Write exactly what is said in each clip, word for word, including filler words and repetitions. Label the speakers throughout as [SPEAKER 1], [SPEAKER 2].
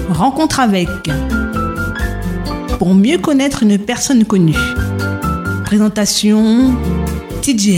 [SPEAKER 1] Rencontre avec. Pour mieux connaître une personne connue. Présentation T J.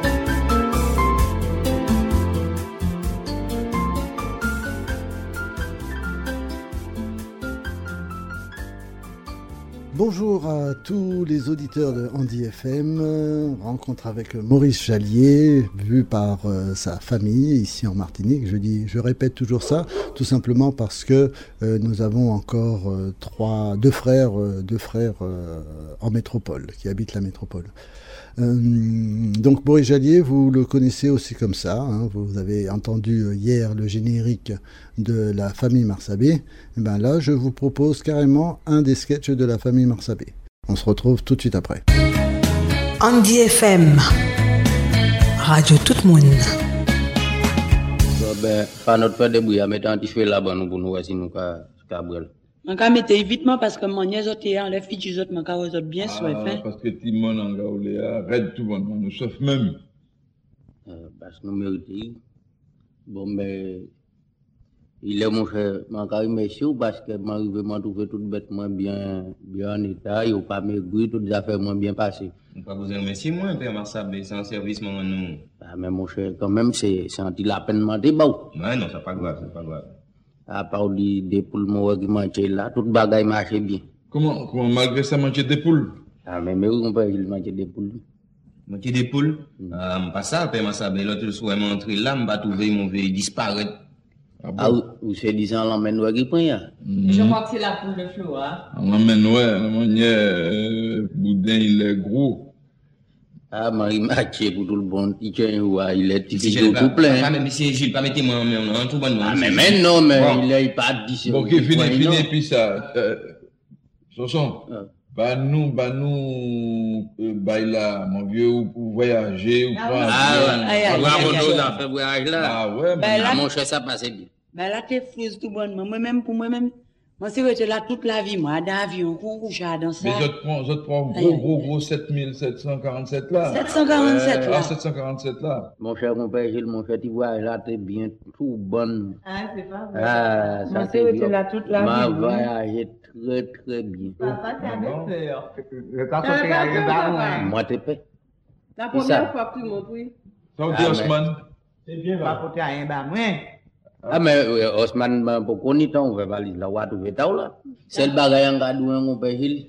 [SPEAKER 2] Bonjour à tous les auditeurs de Andy F M, rencontre avec Maurice Jallier, vu par euh, sa famille ici en Martinique. Je dis, je répète toujours ça, tout simplement parce que euh, nous avons encore euh, trois, deux frères, euh, deux frères euh, en métropole, qui habitent la métropole. Euh, donc Maurice Jallier, vous le connaissez aussi comme ça, hein, vous avez entendu hier le générique de la famille Marsabé. Et ben là, je vous propose carrément un des sketchs de la famille Marsabé. On se retrouve tout de suite après.
[SPEAKER 1] Andy F M, Radio Tout le Monde.
[SPEAKER 3] Ben, pas notre frère de bouillard, mettez un petit feu là-bas, nous, pour nous voir si nous, qu'à brûler.
[SPEAKER 4] Je vais mettre évitement parce que mon nièce est en les filles autres, mon carreau est bien soif.
[SPEAKER 5] Ah, parce que Timon en gaoulé, arrête tout le monde, nous sauf même.
[SPEAKER 3] Euh, parce que nous méritons. Bon, mais, il est mon cher, mon carré, merci, parce que m'arrive, m'a trouvé tout bêtement bien, bien en état, il n'a pas maigri, toutes les affaires m'ont bien passé.
[SPEAKER 6] On pas vous remercier, moi, Père Marsabé, c'est un service, moi, nous.
[SPEAKER 3] Ah, mais mon cher, quand même, c'est, c'est un petit lapin de mandé, bon.
[SPEAKER 6] Ouais, non, c'est pas grave, c'est pas grave.
[SPEAKER 3] À part des, des poules mortes qui mangent là, tout le bagage marche bien.
[SPEAKER 5] Comment, comment, malgré ça, manger des poules?
[SPEAKER 3] Ah, mais, mais oui, on peut manger des poules.
[SPEAKER 6] Manger des poules? Mm. Ah, pas ça, Père Marsabé, l'autre soir, je rentré là, je vais trouver mon veille disparaître.
[SPEAKER 3] Ah, bon? Ah, ou c'est disant l'emmène noir qui prend, là?
[SPEAKER 4] Mm. Je crois que c'est la poule de flou, hein?
[SPEAKER 5] L'emmène noir, l'emmène, euh, boudin, il est gros.
[SPEAKER 3] Ah, Marie Mathieu, pour tout le bon, il est petit tout plein.
[SPEAKER 6] Ah, mais monsieur Gilles, pas mettez moi en tout bon.
[SPEAKER 3] Ah, mais, mais non, mais bon. Il est pas dit.
[SPEAKER 5] Bon, qui finit, finit, puis ça, euh, Soson, ah. bah nous, bah nous, euh, bah là, mon vieux, ou, ou voyager, ou prendre.
[SPEAKER 3] Ah, ouais, ah, ouais, on a fait voyage là.
[SPEAKER 5] Ah, ouais,
[SPEAKER 3] mais là, mon cher, ça passait bien.
[SPEAKER 4] Bah là, t'es flouze tout bonnement. Moi-même, pour moi-même. Moi, c'est vrai, là toute la vie, moi, d'avion, couche, dans ça.
[SPEAKER 5] Mais je te prends, je te prends gros, gros, gros sept mille sept cent quarante-sept là.
[SPEAKER 4] sept cent quarante-sept là.
[SPEAKER 5] Ah, sept cent quarante-sept là.
[SPEAKER 3] Mon cher compère Gilles, mon cher, tu vois, là, t'es bien tout bonne.
[SPEAKER 4] Ah, c'est pas vrai.
[SPEAKER 3] Ah, ça
[SPEAKER 4] c'est bien. là toute la
[SPEAKER 3] vie.
[SPEAKER 4] Ma
[SPEAKER 3] voyagé très, très bien.
[SPEAKER 4] Papa, t'avais peur.
[SPEAKER 7] Je t'en sortais à rien.
[SPEAKER 3] Moi, t'es peur.
[SPEAKER 4] La première fois que tu m'as pris.
[SPEAKER 5] Ça vous dit, Osman?
[SPEAKER 7] C'est bien, pas porter à rien, bah, moi.
[SPEAKER 3] Ah, mais Osman, pour qu'on y on va valise la ouate ou vétao là. C'est le bagage en gadou, on peut Gilles.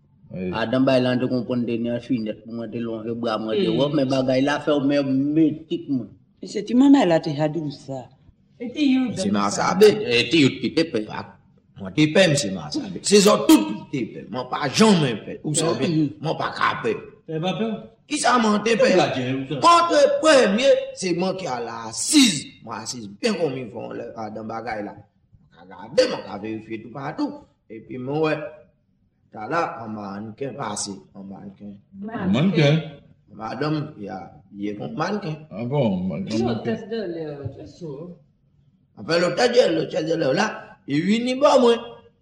[SPEAKER 3] Adam Bailan te comprendre dernière finette pour moi te long le bras moi te ouais mais bagage là fait mais métiquement.
[SPEAKER 4] C'est tu m'en là te hadou ça.
[SPEAKER 7] Et tu you c'est Marsabé
[SPEAKER 3] et tu you pité pe.
[SPEAKER 7] Moi te paie monsieur Marsabé. C'est ça tout te paie. Moi pas jamais paie. Ou ça bien. Moi pas capé.
[SPEAKER 6] T'es pas peur?
[SPEAKER 7] Qui ça m'en te paie? Contre premier, c'est moi qui a la assise. Moi assise bien comme ils font là dans bagage là. Regardez moi vérifier tout partout et puis moi ouais t'as là un mannequin passé un mannequin
[SPEAKER 5] mannequin
[SPEAKER 7] madame il y a il est un mannequin
[SPEAKER 5] ah bon mannequin
[SPEAKER 4] test de le so
[SPEAKER 7] après le test le test de là il vient pas moi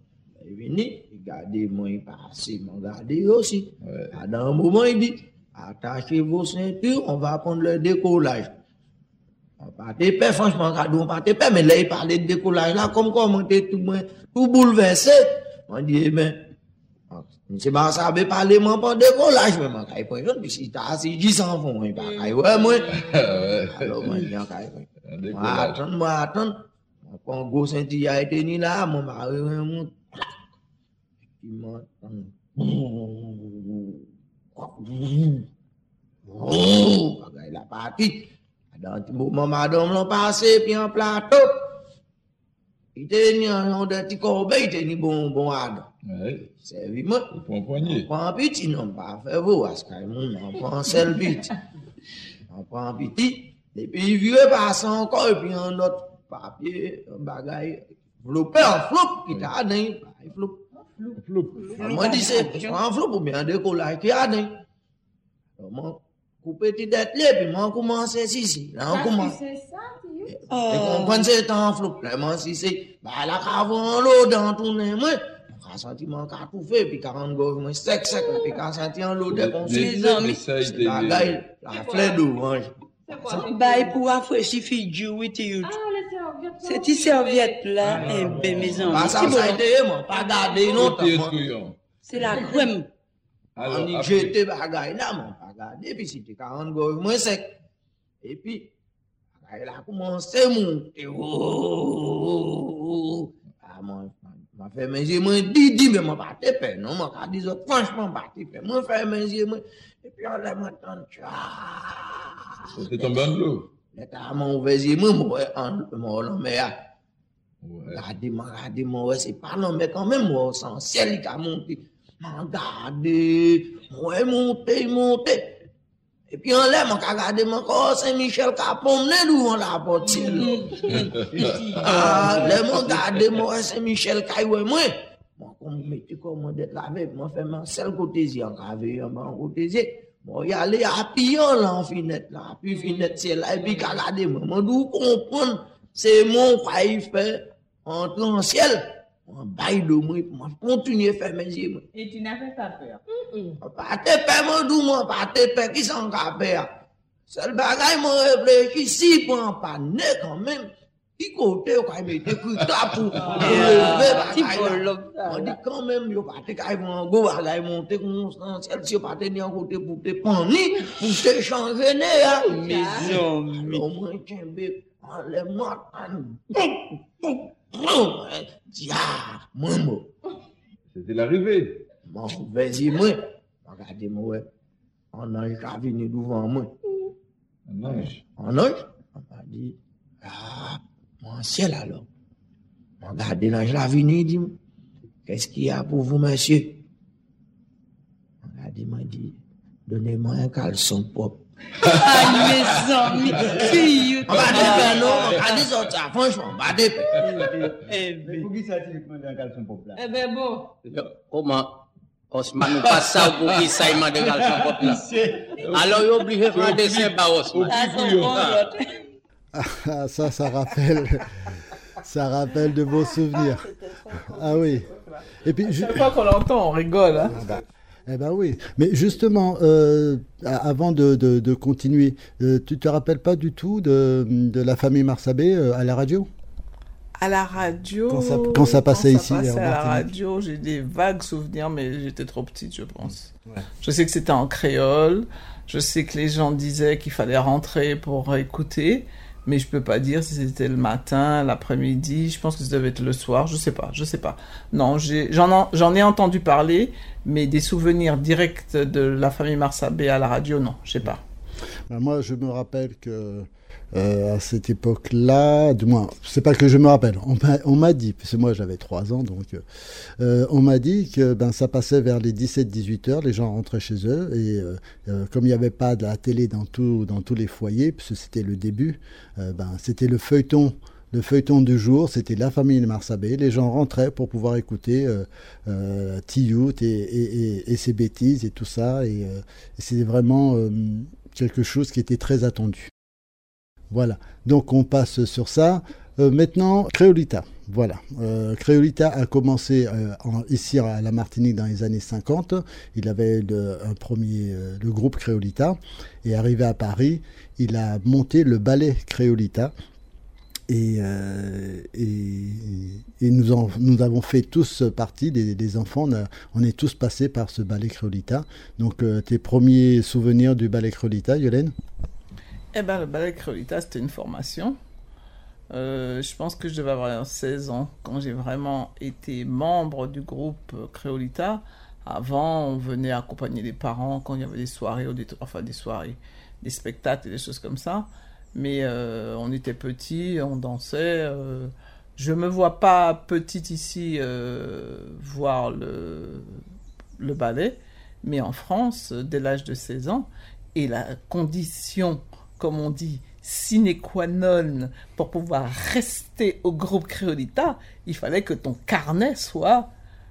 [SPEAKER 7] il vient il garde moi il passe mon garder aussi dans un moment il dit attachez vos ceintures on va prendre le décollage. On pas te paie, franchement, on pas te paie, mais là, il parlait de décollage là, comme quoi, on était tout, tout bouleversé. On dit, mais, c'est pas ça, mais parler, moi, pas de décollage, mais moi, quand il puis si t'as assis dix ans, il pas, ouais, moi. Alors, moi, je viens, quand moi, attends, moi, attends. Quand gros Saint-Y a été ni là, mon mari, mon, il m'entend. Oh, il a parti. Dans le moment, madame l'a passé, puis en plateau. Il était ni en de petit corbeil, il était ni bon, bon ad.
[SPEAKER 5] Oui.
[SPEAKER 7] C'est évidemment.
[SPEAKER 5] Il prend un poignet.
[SPEAKER 7] On prend un petit, non, pas faire vous, parce qu'on prend un seul petit. On prend un petit, et puis il vieux passe encore, et puis un autre papier, un bagage, flopé, un flop, qui t'a donné, il flop. Flop. Moi, je dis, c'est un flop ou bien un décollage qui a donné. Couper tes dettes là, puis moi, commence ici. Là, on commence. C'est ça, tu sais. Et qu'on prend cet enveloppe, vraiment, si c'est, bah, la cavon l'eau dans tout le monde. On a senti mon cas tout fait, puis quarante gauche, moi, sec, sec, puis quand senti en l'eau de conscience, la gaille, la fleur d'orange.
[SPEAKER 4] Bah, pour rafraîchir, fille, du oui, tu
[SPEAKER 8] Ah, laissez, on vient
[SPEAKER 4] C'est tes serviettes là, eh ben maison.
[SPEAKER 7] Pas ça, ça a été, moi, pas garder longtemps. moi.
[SPEAKER 4] C'est la crème.
[SPEAKER 7] On dit, jeté bagaille là, moi, pas garder, puis c'était quarante gouttes moins sec. Et puis, bagaille là commencé à monter. Oh, ah, moi, m'a fait mes yeux, moi, dit, dit, mais moi, pas te paix, non, moi, quand dis franchement, pas te paix. Moi, fait mes yeux, moi, et puis, on l'a m'entendre,
[SPEAKER 5] C'était tombé en l'eau.
[SPEAKER 7] L'état mon ouvert moi moi moi non mais regardez moi regardez moi c'est pas non mais quand même moi essentiel il a monté regardez moi monté monté et puis en l'air moi regardez moi encore Saint-Michel qui a promené devant la porte ah les moi regardez moi Saint-Michel qui ouais moi moi comme mettez comment d'être lavé moi fait ma seul côté y en cavé en côté bon, y aller à pion là en finette là, puis finette c'est là, et puis regarder moi, moi d'où comprendre, c'est mon quoi il fait entre en ciel, on baille de moi, moi continuer à faire mes yeux.
[SPEAKER 8] Et tu n'as fait pas peur?
[SPEAKER 7] Pas te peur, moi d'où moi, pas te peur, qui s'en va faire? Seul bagaille, moi réfléchis, si pour en pas né quand même, qui côté, quoi, il mettait plus tard pour lever bagaille là. On dit quand même, il n'y a pas de cas, il va go bagaille monter constentiel, si il n'y a pas de cas côté pour te prendre, pour te changer, hein.
[SPEAKER 4] Maison.
[SPEAKER 7] Au moins, tiens, enlève-moi, dia, maman.
[SPEAKER 5] C'était l'arrivée.
[SPEAKER 7] Bon, vas-y, moi, regardez-moi, on a qu'à venir devant moi.
[SPEAKER 5] Un ange.
[SPEAKER 7] Un ange? On m'a dit, ah, mon ciel alors. Regardez l'ange là venir, il dit, qu'est-ce qu'il y a pour vous, monsieur? Regardez, m'a dit, donnez-moi un caleçon propre.
[SPEAKER 4] Ah, mes amis, fille.
[SPEAKER 7] On va dépayer, non, on va sortir, franchement, on va dépayer.
[SPEAKER 4] Eh ben.
[SPEAKER 9] Pour qui ça, tu prends un caleçon propre là?
[SPEAKER 8] Eh ben bon.
[SPEAKER 3] Comment Osman nous passe ça pour qui ça il m'a dégalé son propre là. Alors il est obligé de faire un dessin par Osman.
[SPEAKER 2] Ah, ça, ça rappelle, ça rappelle de beaux souvenirs. Ah oui. Et puis,
[SPEAKER 10] chaque fois qu'on l'entend, on rigole. Hein.
[SPEAKER 2] Ah bah, eh ben oui. Mais justement, euh, avant de, de, de continuer, euh, tu te rappelles pas du tout de, de la famille Marsabé euh, à la radio?
[SPEAKER 10] À la radio.
[SPEAKER 2] Quand ça, quand ça passait
[SPEAKER 10] quand
[SPEAKER 2] ici.
[SPEAKER 10] Ça passait
[SPEAKER 2] en
[SPEAKER 10] à la radio, j'ai des vagues souvenirs, mais j'étais trop petite, je pense. Ouais. Je sais que c'était en créole. Je sais que les gens disaient qu'il fallait rentrer pour écouter. Mais je peux pas dire si c'était le matin, l'après-midi. Je pense que ça devait être le soir. Je sais pas, je sais pas. Non, j'ai, j'en, j'en ai entendu parler, mais des souvenirs directs de la famille Marsabé à la radio, non, je sais pas.
[SPEAKER 2] Ben moi, je me rappelle que euh, à cette époque-là, du moins, c'est pas que je me rappelle. On m'a, on m'a dit, parce que moi j'avais trois ans, donc euh, on m'a dit que ben ça passait vers les dix-sept à dix-huit heures, les gens rentraient chez eux et euh, euh, comme il n'y avait pas de la télé dans tout, dans tous les foyers, parce que c'était le début, euh, ben c'était le feuilleton. Le feuilleton du jour, c'était la famille de Marsabé. Les gens rentraient pour pouvoir écouter euh, euh, Tiout et, et, et, et ses bêtises et tout ça. Et, euh, et c'était vraiment euh, quelque chose qui était très attendu. Voilà. Donc on passe sur ça. Euh, maintenant, Créolita. Voilà. Euh, Créolita a commencé euh, en, ici à la Martinique dans les années cinquante. Il avait le, un premier, euh, le groupe Créolita. Et arrivé à Paris, il a monté le ballet Créolita. Et, euh, et, et nous, en, nous avons fait tous partie, des, des enfants, on, a, on est tous passés par ce ballet Créolita. Donc, euh, tes premiers souvenirs du ballet Créolita, Yolène?
[SPEAKER 10] Eh bien, le ballet Créolita, c'était une formation. Euh, je pense que je devais avoir seize ans quand j'ai vraiment été membre du groupe Créolita. Avant, on venait accompagner les parents quand il y avait des soirées, ou des, enfin des soirées, des spectacles et des choses comme ça. Mais euh, on était petits, on dansait. Euh, je me vois pas petite ici euh, voir le, le ballet, mais en France, dès l'âge de seize ans, et la condition, comme on dit, sine qua non, pour pouvoir rester au groupe Créolita, il fallait que ton carnet soit...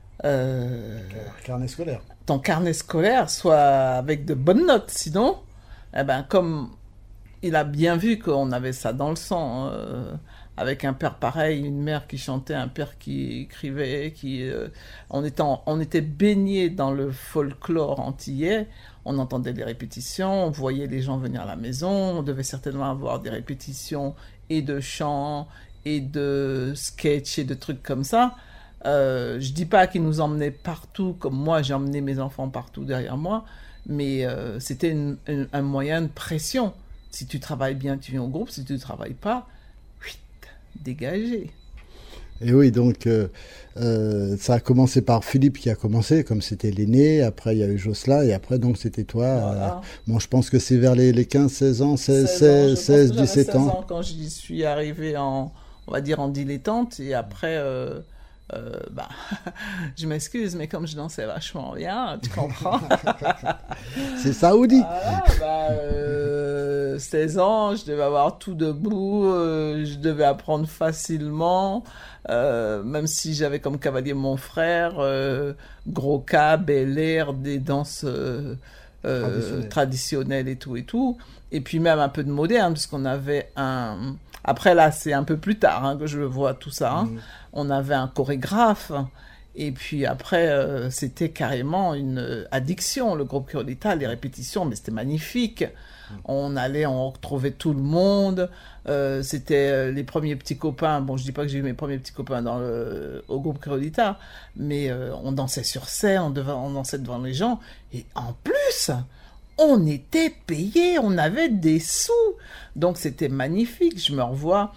[SPEAKER 10] Euh,
[SPEAKER 2] carnet scolaire.
[SPEAKER 10] Ton carnet scolaire soit avec de bonnes notes. Sinon, eh ben, comme... il a bien vu qu'on avait ça dans le sang, euh, avec un père pareil, une mère qui chantait, un père qui écrivait, qui, euh, on, était en, on était baignés dans le folklore antillais, on entendait des répétitions, on voyait les gens venir à la maison, on devait certainement avoir des répétitions et de chant et de sketch et de trucs comme ça. Euh, je dis pas qu'ils nous emmenaient partout, comme moi j'ai emmené mes enfants partout derrière moi, mais euh, c'était une, une, un moyen de pression. Si tu travailles bien, tu viens au groupe. Si tu ne travailles pas, huit, dégagé.
[SPEAKER 2] Et oui, donc euh, euh, ça a commencé par Philippe qui a commencé, comme c'était l'aîné. Après, il y a eu Jocelyn et après, donc, c'était toi.
[SPEAKER 10] Voilà.
[SPEAKER 2] Euh, bon, je pense que c'est vers les, les quinze, seize ans, seize, seize, seize dix-sept ans.
[SPEAKER 10] ans. Quand j'y suis arrivé en, on va dire, en dilettante. Et après, euh, euh, bah, je m'excuse, mais comme je dansais vachement bien, tu comprends.
[SPEAKER 2] C'est saoudi.
[SPEAKER 10] Voilà, bah, euh, seize ans, je devais avoir tout debout, euh, je devais apprendre facilement. Euh, même si j'avais comme cavalier mon frère, euh, gros cas, bel air, des danses euh, euh, traditionnelles. traditionnelles et tout et tout, et puis même un peu de moderne, parce qu'on avait un... Après là, c'est un peu plus tard hein, que je le vois tout ça. Hein. Mmh. On avait un chorégraphe, et puis après, euh, c'était carrément une addiction, le groupe Créolita, les répétitions, mais c'était magnifique. On allait, on retrouvait tout le monde. Euh, c'était les premiers petits copains. Bon, je dis pas que j'ai eu mes premiers petits copains dans le, au groupe Créolita, mais euh, on dansait sur scène, on, devait, on dansait devant les gens. Et en plus, on était payés, on avait des sous. Donc c'était magnifique. Je me revois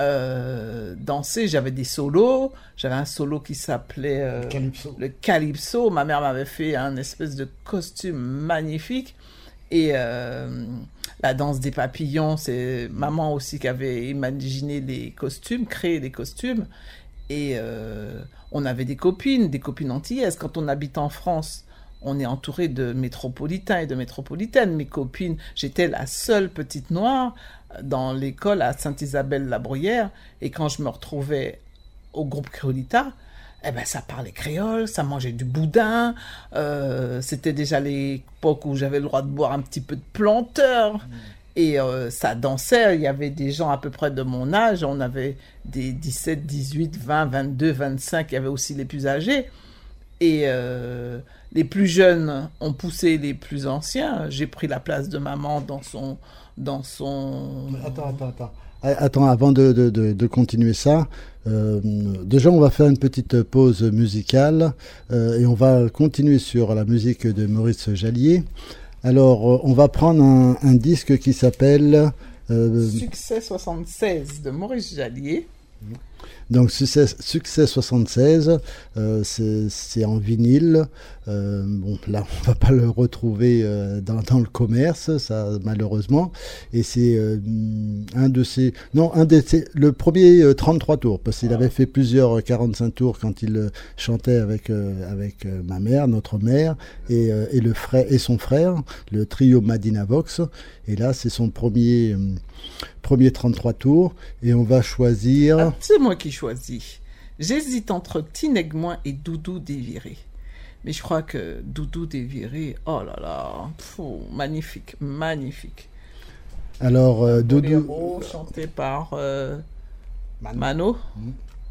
[SPEAKER 10] euh, danser. J'avais des solos. J'avais un solo qui s'appelait euh, le Calypso. Le Calypso. Ma mère m'avait fait un espèce de costume magnifique. Et euh, la danse des papillons, c'est maman aussi qui avait imaginé les costumes, créé les costumes. Et euh, on avait des copines, des copines antillaises. Quand on habite en France, on est entouré de métropolitains et de métropolitaines. Mes copines, j'étais la seule petite noire dans l'école à Sainte-Isabelle-la-Bruyère. Et quand je me retrouvais au groupe Créolita, eh ben, ça parlait créole, ça mangeait du boudin. Euh, c'était déjà l'époque où j'avais le droit de boire un petit peu de planteur. Mmh. Et euh, ça dansait. Il y avait des gens à peu près de mon âge. On avait des dix-sept, dix-huit, vingt, vingt-deux, vingt-cinq. Il y avait aussi les plus âgés. Et euh, les plus jeunes ont poussé les plus anciens. J'ai pris la place de maman dans son... Dans son...
[SPEAKER 2] Attends, attends, attends. Attends, avant de, de, de, de continuer ça, euh, déjà on va faire une petite pause musicale euh, et on va continuer sur la musique de Maurice Jallier. Alors, euh, on va prendre un, un disque qui s'appelle...
[SPEAKER 10] Euh, Succès soixante-seize de Maurice Jallier.
[SPEAKER 2] Donc, Succès, Succès soixante-seize, euh, c'est, c'est en vinyle. Euh, bon, là, on ne va pas le retrouver euh, dans, dans le commerce, ça, malheureusement. Et c'est euh, un de ces... Non, un de ces, le premier euh, trente-trois tours, parce qu'il ah. avait fait plusieurs quarante-cinq tours quand il euh, chantait avec, euh, avec euh, ma mère, notre mère, et, euh, et, le frère, et son frère, le trio Madina Vox. Et là, c'est son premier... Euh, Premier trente-trois tours, et on va choisir...
[SPEAKER 10] Ah, c'est moi qui choisis. J'hésite entre Tinegmoin et Doudou Déviré. Mais je crois que Doudou Déviré, oh là là, pfou, magnifique, magnifique.
[SPEAKER 2] Alors, euh, Doudou...
[SPEAKER 10] chanté par euh, Mano. Mano. Mmh.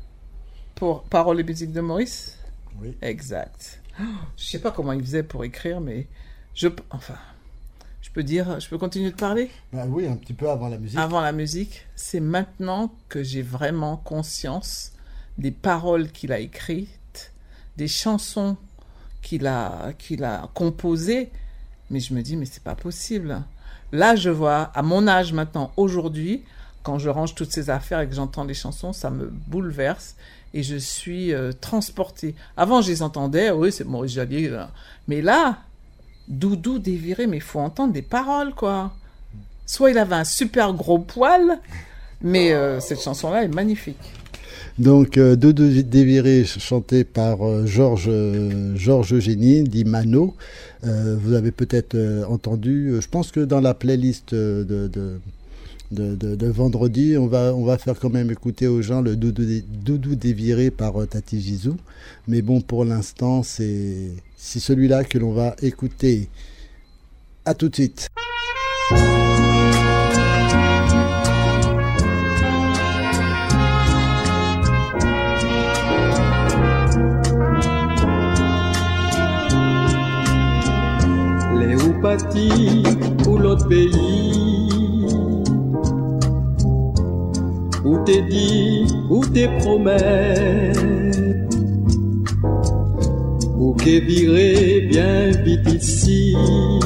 [SPEAKER 10] Pour paroles et musique de Maurice.
[SPEAKER 2] Oui.
[SPEAKER 10] Exact. Oh, je ne sais pas comment il faisait pour écrire, mais je... Enfin... Je peux dire, je peux continuer de parler ?
[SPEAKER 2] Bah oui, un petit peu avant la musique.
[SPEAKER 10] Avant la musique, c'est maintenant que j'ai vraiment conscience des paroles qu'il a écrites, des chansons qu'il a, qu'il a composées. Mais je me dis, mais c'est pas possible. Là, je vois, à mon âge maintenant, aujourd'hui, quand je range toutes ces affaires et que j'entends les chansons, ça me bouleverse et je suis euh, transportée. Avant, je les entendais, oui, c'est Maurice Jallier, là. Mais là... Doudou Déviré, mais il faut entendre des paroles, quoi. Soit il avait un super gros poil, mais euh, cette chanson-là est magnifique.
[SPEAKER 2] Donc, euh, Doudou Déviré, chanté par euh, Georges euh, Georges Eugénie, dit Mano. Euh, vous avez peut-être euh, entendu, euh, je pense que dans la playlist de, de, de, de, de vendredi, on va, on va faire quand même écouter aux gens le Doudou, Doudou Déviré par euh, Tati Gizou. Mais bon, pour l'instant, c'est... C'est celui-là que l'on va écouter. À tout de suite.
[SPEAKER 8] Les ou partis pour l'autre pays, où t'es dit te promets, ou que virer bien vite ici,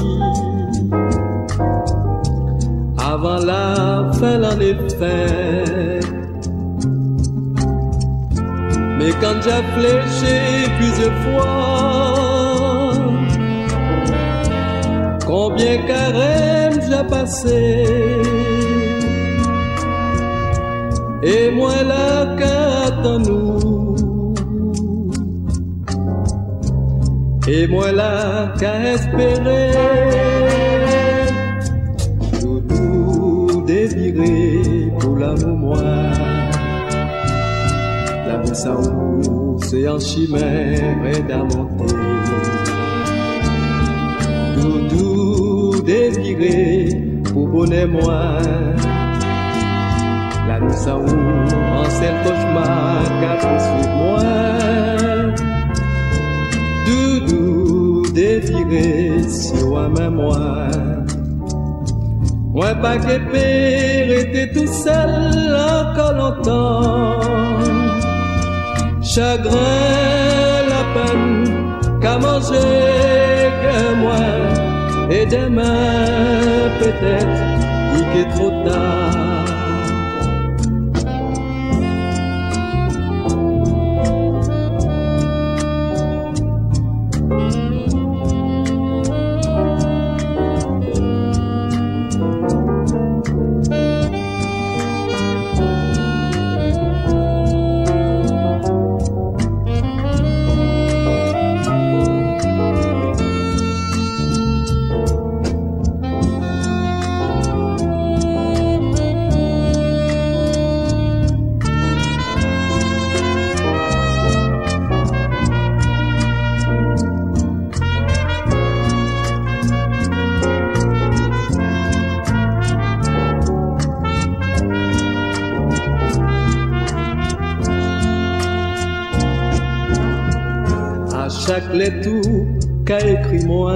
[SPEAKER 8] avant la fin en effet. Mais quand j'ai fléché plusieurs fois, combien carême j'ai passé, et moi là qu'attends-nous, et moi là qu'à espérer, tout nous désirer pour l'amour moi. La vie ça où c'est en chimère et d'amonter, tout doux désiré pour bonheur moi. La nuit ça où en seul cauchemar qu'a poursuivi moi, doudou désiré sur moi moi. Moi pas que père était tout seul encore longtemps, chagrin la peine qu'à manger que moi, et demain peut-être il est trop tard. Chaque lettre qu'a écrit moi,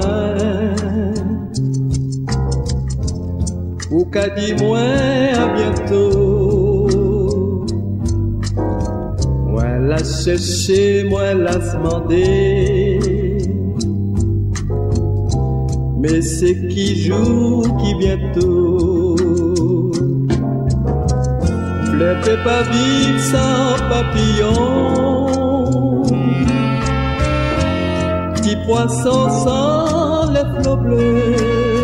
[SPEAKER 8] ou qu'a dit moi à bientôt, moi la chercher, moi la demander, mais c'est qui joue qui bientôt. Fleur peut pas vivre sans papillon, petit poisson sans les flots bleus,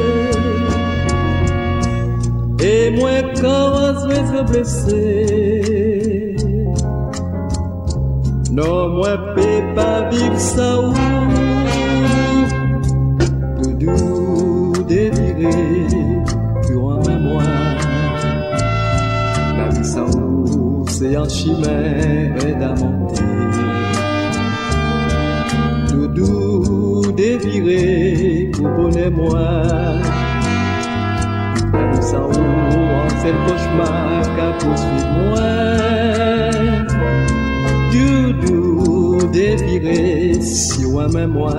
[SPEAKER 8] et moi quand je vais blessé, non moi peux pas vivre sans ou doudou désiré pour un mémoire. La vie sans ou c'est en chimère et d'amonter, doudou désiré pour bonheur moi. La vie sans ou en seul cauchemar qu'a poursuivi moi, doudou désiré si moi même moi.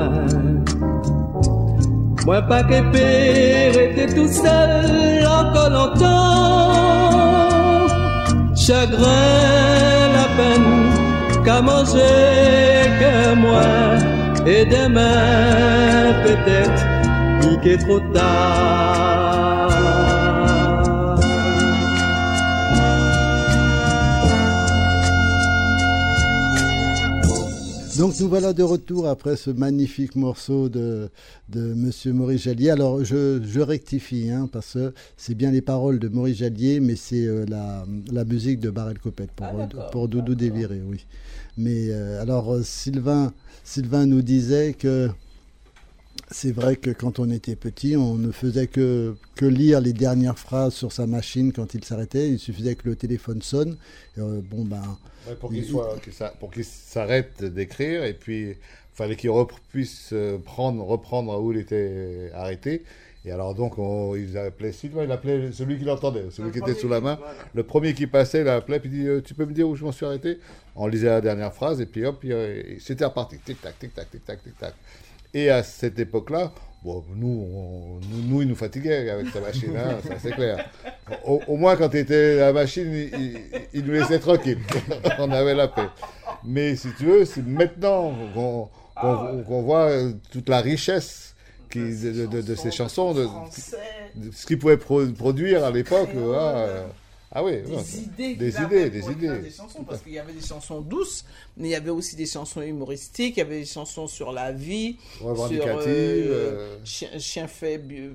[SPEAKER 8] Moi pas que père était tout seul encore longtemps, chagrin la peine qu'à manger que moi, et demain peut-être il est trop tard.
[SPEAKER 2] Donc nous voilà de retour après ce magnifique morceau de, de Monsieur Maurice Jallier. Alors je, je rectifie, hein, parce que c'est bien les paroles de Maurice Jallier, mais c'est euh, la, la musique de Barrel Copette pour, ah, pour Doudou Déviré, oui. Mais euh, alors Sylvain, Sylvain nous disait que c'est vrai que quand on était petit, on ne faisait que, que lire les dernières phrases sur sa machine quand il s'arrêtait. Il suffisait que le téléphone sonne. Euh, bon, ben,
[SPEAKER 11] ouais, pour qu'il soit, que ça, pour qu'il s'arrête d'écrire, et puis il fallait qu'il rep- puisse prendre, reprendre où il était arrêté. Et alors donc, on, ils appelaient Sylvain, il appelait celui qui l'entendait, celui le qui était sous la main. Voilà. Le premier qui passait, il appelait, puis il dit euh, « Tu peux me dire où je m'en suis arrêté ?» On lisait la dernière phrase, et puis hop, puis, euh, c'était reparti. Tic-tac, tic-tac, tic-tac, tic-tac. Et à cette époque-là, Bon, nous, on, nous, nous, il nous fatiguait avec sa machine, hein, ça c'est clair. Au, au moins, quand il était la machine, il, il, il nous laissait tranquille. On avait la paix. Mais si tu veux, c'est maintenant qu'on, qu'on, qu'on voit toute la richesse qui, de, de, de, de ces chansons, de, de ce qu'ils pouvaient pro, produire à l'époque. Voilà. Ah oui,
[SPEAKER 10] des
[SPEAKER 11] non,
[SPEAKER 10] idées,
[SPEAKER 11] des idées, des idées.
[SPEAKER 10] Des chansons, parce qu'il y avait des chansons douces, mais il y avait aussi des chansons humoristiques, il y avait des chansons sur la vie, sur euh,
[SPEAKER 11] euh...
[SPEAKER 10] chien, chien fait. Euh,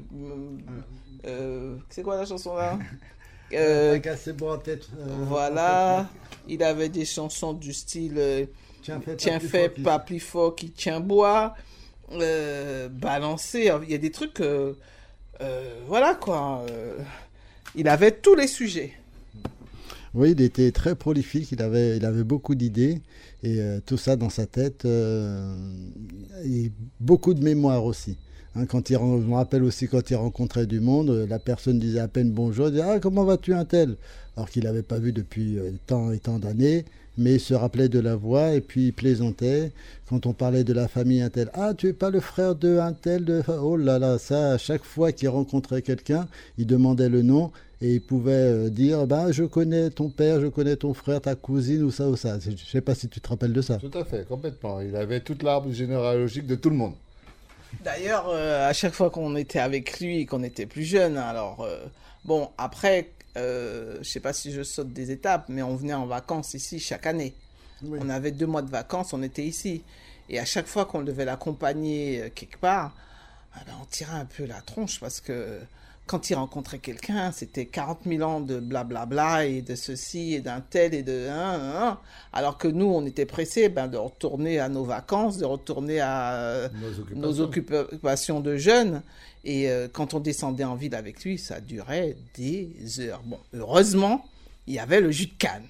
[SPEAKER 10] euh, c'est quoi la chanson là euh,
[SPEAKER 2] c'est bon en tête. Euh,
[SPEAKER 10] voilà,
[SPEAKER 2] en tête.
[SPEAKER 10] Il avait des chansons du style euh,
[SPEAKER 2] Tiens fait,
[SPEAKER 10] tiens,
[SPEAKER 2] pas, plus
[SPEAKER 10] fait
[SPEAKER 2] fort,
[SPEAKER 10] pas plus fort qui tient bois, euh, balancer. Il y a des trucs, euh, euh, voilà quoi. Euh, il avait tous les sujets.
[SPEAKER 2] Oui, il était très prolifique, il avait, il avait beaucoup d'idées et euh, tout ça dans sa tête euh, et beaucoup de mémoire aussi. Hein, quand il, je me rappelle aussi quand il rencontrait du monde, la personne disait à peine bonjour, il disait « Ah, comment vas-tu un tel ?» Alors qu'il n'avait pas vu depuis euh, tant et tant d'années, mais il se rappelait de la voix et puis il plaisantait. Quand on parlait de la famille un tel, « Ah, tu n'es pas le frère de un tel de... » Oh là là, ça, à chaque fois qu'il rencontrait quelqu'un, il demandait le nom. Et il pouvait euh, dire bah, « je connais ton père, je connais ton frère, ta cousine ou ça ou ça ». Je ne sais pas si tu te rappelles de ça.
[SPEAKER 11] Tout à fait, complètement. Il avait toute l'arbre généalogique de tout le monde.
[SPEAKER 10] D'ailleurs, euh, à chaque fois qu'on était avec lui, qu'on était plus jeune, alors, euh, bon, après, euh, je ne sais pas si je saute des étapes, mais on venait en vacances ici chaque année. Oui. On avait deux mois de vacances, on était ici. Et à chaque fois qu'on devait l'accompagner euh, quelque part, eh ben, on tirait un peu la tronche parce que quand il rencontrait quelqu'un, c'était quarante mille ans de blablabla et de ceci et d'un tel et de un, un, un. Alors que nous, on était pressés ben, de retourner à nos vacances, de retourner à euh, nos, occupations. nos occupations de jeunes. Et euh, quand on descendait en ville avec lui, ça durait des heures. Bon, heureusement, il y avait le jus de canne.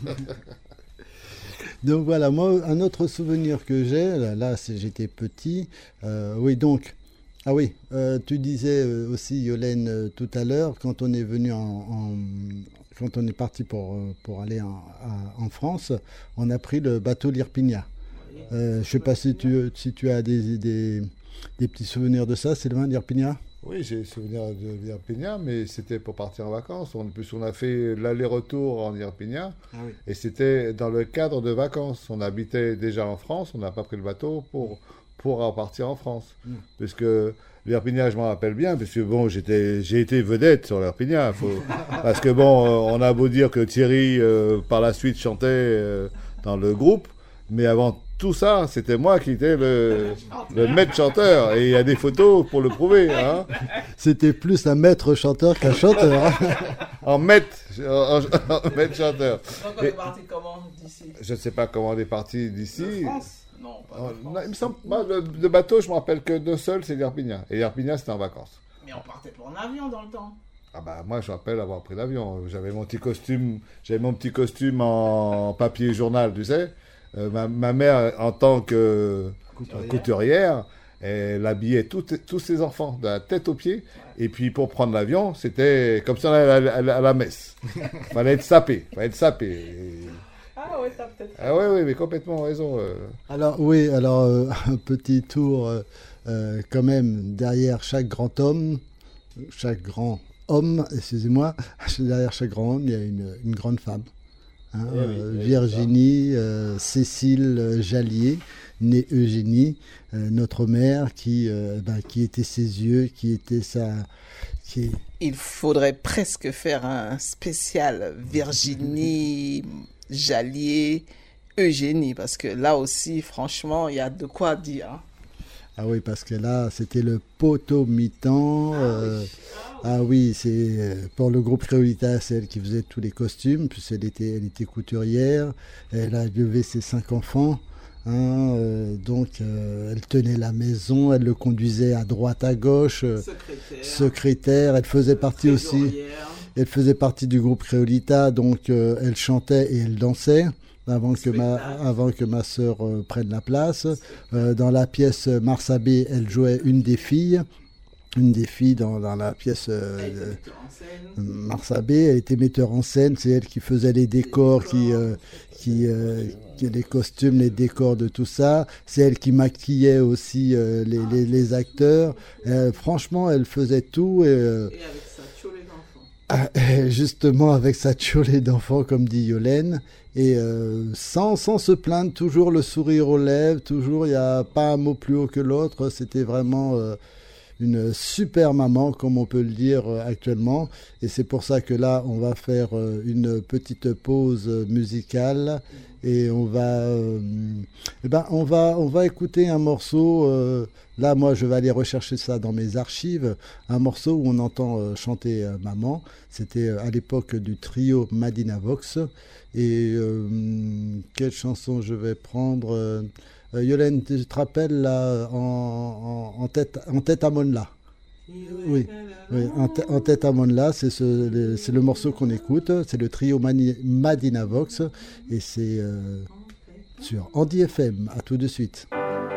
[SPEAKER 2] Donc voilà, moi, un autre souvenir que j'ai, là, là c'est, j'étais petit, euh, oui, donc... Ah oui, euh, tu disais euh, aussi, Yolène, euh, tout à l'heure, quand on est venu en, en quand on est parti pour, euh, pour aller en, à, en France, on a pris le bateau l'Irpinia. Euh, je ne sais pas si tu, si tu as des, des, des petits souvenirs de ça, Sylvain, l'Irpinia ?
[SPEAKER 11] Oui, j'ai des souvenirs de l'Irpinia, mais c'était pour partir en vacances. En plus, on a fait l'aller-retour en Irpinia, ah oui. Et c'était dans le cadre de vacances. On habitait déjà en France, on n'a pas pris le bateau pour... pour repartir en France. Mmh. Parce que l'Irpinia, je m'en rappelle bien, parce que bon, j'étais, j'ai été vedette sur l'Irpinia. Faut... parce que bon, euh, on a beau dire que Thierry, euh, par la suite, chantait euh, dans le groupe, mais avant tout ça, c'était moi qui étais le, le maître chanteur. Et il y a des photos pour le prouver. Hein.
[SPEAKER 2] C'était plus un maître chanteur qu'un chanteur.
[SPEAKER 11] en maître, en, en, en maître chanteur.
[SPEAKER 10] Donc on est parti comment d'ici ?
[SPEAKER 11] Je ne sais pas comment on est parti d'ici.
[SPEAKER 10] De France ? Non, pas
[SPEAKER 11] oh, non, il me semble, moi, le, le bateau, je me rappelle que d'un seul, c'est l'Irpinia. Et l'Irpinia, c'était en vacances.
[SPEAKER 10] Mais on partait pas en avion dans le temps.
[SPEAKER 11] Ah bah moi, je me rappelle avoir pris l'avion. J'avais mon petit costume, j'avais mon petit costume en papier journal, tu sais. Euh, ma, ma mère, en tant que couturière, couturière elle habillait tout, tous ses enfants, de la tête aux pieds. Et puis pour prendre l'avion, c'était comme ça à la, à la, à la messe. Fallait être sapé, fallait être sapé. Et...
[SPEAKER 10] Ah ouais, t'as peut-être.
[SPEAKER 11] Ah ouais, ouais, mais complètement raison. Euh...
[SPEAKER 2] Alors oui, alors euh, un petit tour euh, euh, quand même derrière chaque grand homme, chaque grand homme, excusez-moi, derrière chaque grand homme, il y a une, une grande femme. Hein, eh oui, euh, Virginie, euh, Cécile Jallier, née Eugénie, euh, notre mère, qui, euh, bah, qui était ses yeux, qui était sa... Qui...
[SPEAKER 10] Il faudrait presque faire un spécial Virginie, Jallier, Eugénie, parce que là aussi, franchement, il y a de quoi dire.
[SPEAKER 2] Ah oui, parce que là, c'était le poteau mi-temps. Ah, euh, oui. ah oui, c'est pour le groupe Créolita, c'est elle qui faisait tous les costumes, puis elle était, elle était couturière, elle a élevé ses cinq enfants. Hein, euh, donc euh, elle tenait la maison, elle le conduisait à droite à gauche, euh, secrétaire. secrétaire, elle faisait partie aussi, elle faisait partie du groupe Créolita, donc euh, elle chantait et elle dansait avant que ma, avant que ma sœur euh, prenne la place. Euh, dans la pièce Marsabé, elle jouait une des filles, une des filles dans, dans la pièce euh, Marsabé, elle était metteur en scène, c'est elle qui faisait les décors, qui, euh, qui, euh, les costumes, les décors de tout ça. C'est elle qui maquillait aussi euh, les, les, les acteurs. Euh, franchement, elle faisait tout. Et, euh,
[SPEAKER 10] et avec sa tcholée d'enfant.
[SPEAKER 2] Ah, justement, avec sa tcholée d'enfant, comme dit Yolène. Et euh, sans, sans se plaindre, toujours le sourire aux lèvres, toujours il n'y a pas un mot plus haut que l'autre. C'était vraiment euh, une super maman, comme on peut le dire euh, actuellement. Et c'est pour ça que là, on va faire euh, une petite pause musicale. Et on va, euh, eh ben, on va, on va écouter un morceau. Euh, là, moi, je vais aller rechercher ça dans mes archives. Un morceau où on entend euh, chanter euh, maman. C'était euh, à l'époque du trio Madina Vox. Et euh, quelle chanson je vais prendre euh, euh, Yolène, tu te rappelles là, en, en, en tête, en tête à Monla. Oui, oui, en, t- en tête à Monla, c'est, ce, le, c'est le morceau qu'on écoute. C'est le trio Mani- Madina Vox. Et c'est euh, sur Andy F M. À tout de suite.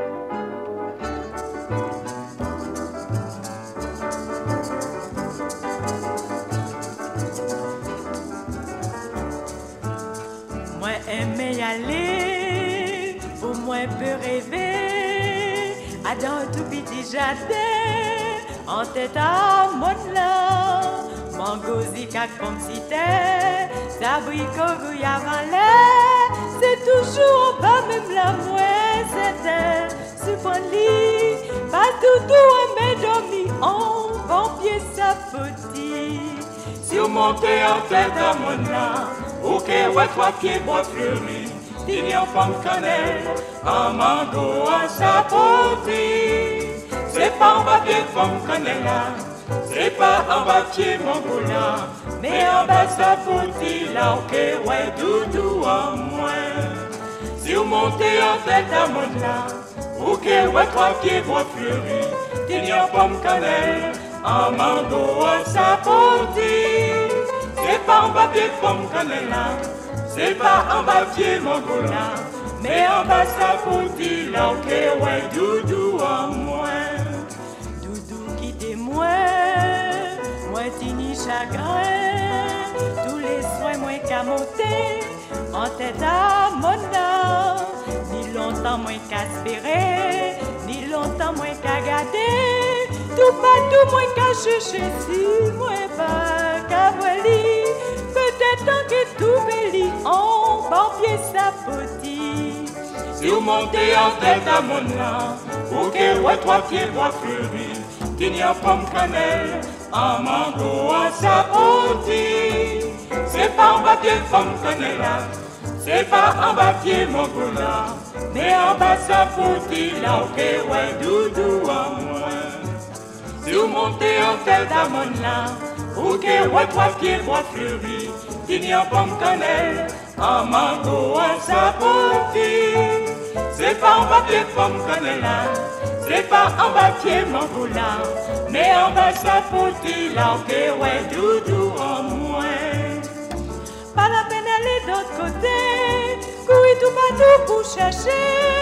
[SPEAKER 12] Moi aimer y aller, pour moi peut rêver, à dans tout petit jardin, en tête à mon là, mangozi cac comme si t'es, d'abricot y avant l'air, c'est toujours en bas même la moins c'était, sur un lit, pas tout tout mais dormi, en bon pied sa petite, surmonter en tête à mon là. Ok, ouais, trois pieds, bois fleuri, digné en pomme cannelle, en mango, en sapoti. C'est pas en bas pied, pomme cannelle, c'est pas en bas pied, mon goulin, mais en bas sapoti, là, ok, ouais, doudou en moins. Si vous montez en tête à mon là, ok, ouais, trois pieds, bois fleuri, digné en pomme cannelle, en mango, en sapoti. C'est pas en bas pied pomme cannella, c'est pas en bas pied mon goulin, mais en bas ça foutit là, ok, ouais, doudou en moins. Doudou qui témoin, moi tini chagrin, tous les soins moins qu'à monter, en tête à mon âme, ni longtemps moins qu'à espérer, ni longtemps moins qu'à garder, tout pas tout moins qu'à chercher, si moi pas qu'à voler. Peut-être que tout béli en bon pied sa petite. Si vous montez en tête à mon là, ou que ouais trois pieds bois fleuri, digné en pomme cannelle, en mango en sapoti. C'est pas en bas pied pomme cannelle, c'est pas en bas pied mon goulin, mais en bas sapoti là ok ouais doudou en moins. Si vous montez en tête à mon là, ok, ouais, trois pieds, bois fleuri, digné en pomme cannelle, en mango, en sapoti. C'est pas en bas pied, pomme cannelle, c'est pas en bas pied, mon goulin, mais en bas sapoti, là, ok, ouais, doudou en moins. Pas la peine d'aller d'autre côté, courir tout partout pour chercher.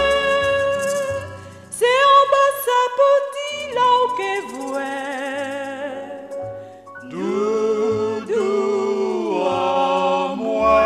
[SPEAKER 12] C'est en bas sapoti, là, ok, vous êtes. Doudou en moi.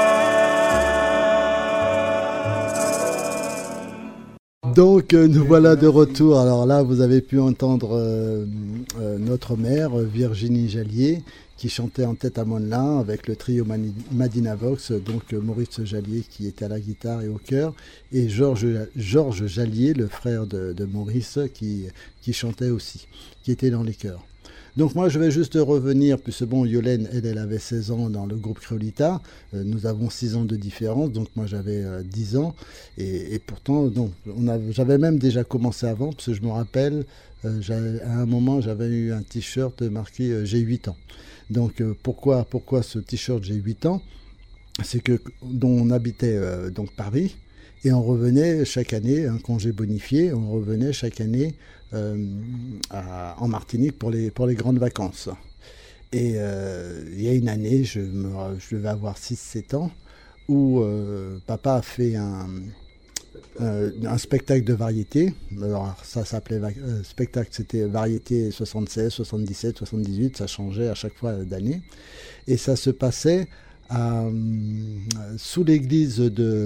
[SPEAKER 2] Donc euh, nous voilà de retour. Alors là, vous avez pu entendre euh, euh, notre mère, Virginie Jallier, qui chantait en tête à Monlin avec le trio Mani- Madina Vox, donc euh, Maurice Jallier qui était à la guitare et au chœur, et Georges, Georges Jallier, le frère de, de Maurice, qui, qui chantait aussi, qui était dans les chœurs. Donc moi je vais juste revenir, puisque bon, Yolène, elle, elle avait seize ans dans le groupe Créolita, euh, nous avons six ans de différence, donc moi j'avais euh, dix ans, et, et pourtant, non, on a, j'avais même déjà commencé avant, parce que je me rappelle, euh, à un moment j'avais eu un t-shirt marqué euh, « J'ai huit ans ». Donc euh, pourquoi, pourquoi ce t-shirt « J'ai huit ans » C'est que dont on habitait euh, donc Paris, et on revenait chaque année, un congé bonifié, on revenait chaque année euh, à, en Martinique pour les, pour les grandes vacances. Et euh, il y a une année, je, me, je devais avoir six sept ans, où euh, papa a fait un, euh, un spectacle de variété. Alors ça s'appelait euh, spectacle, c'était variété soixante-seize, soixante-dix-sept, soixante-dix-huit, ça changeait à chaque fois d'année. Et ça se passait à, sous l'église de,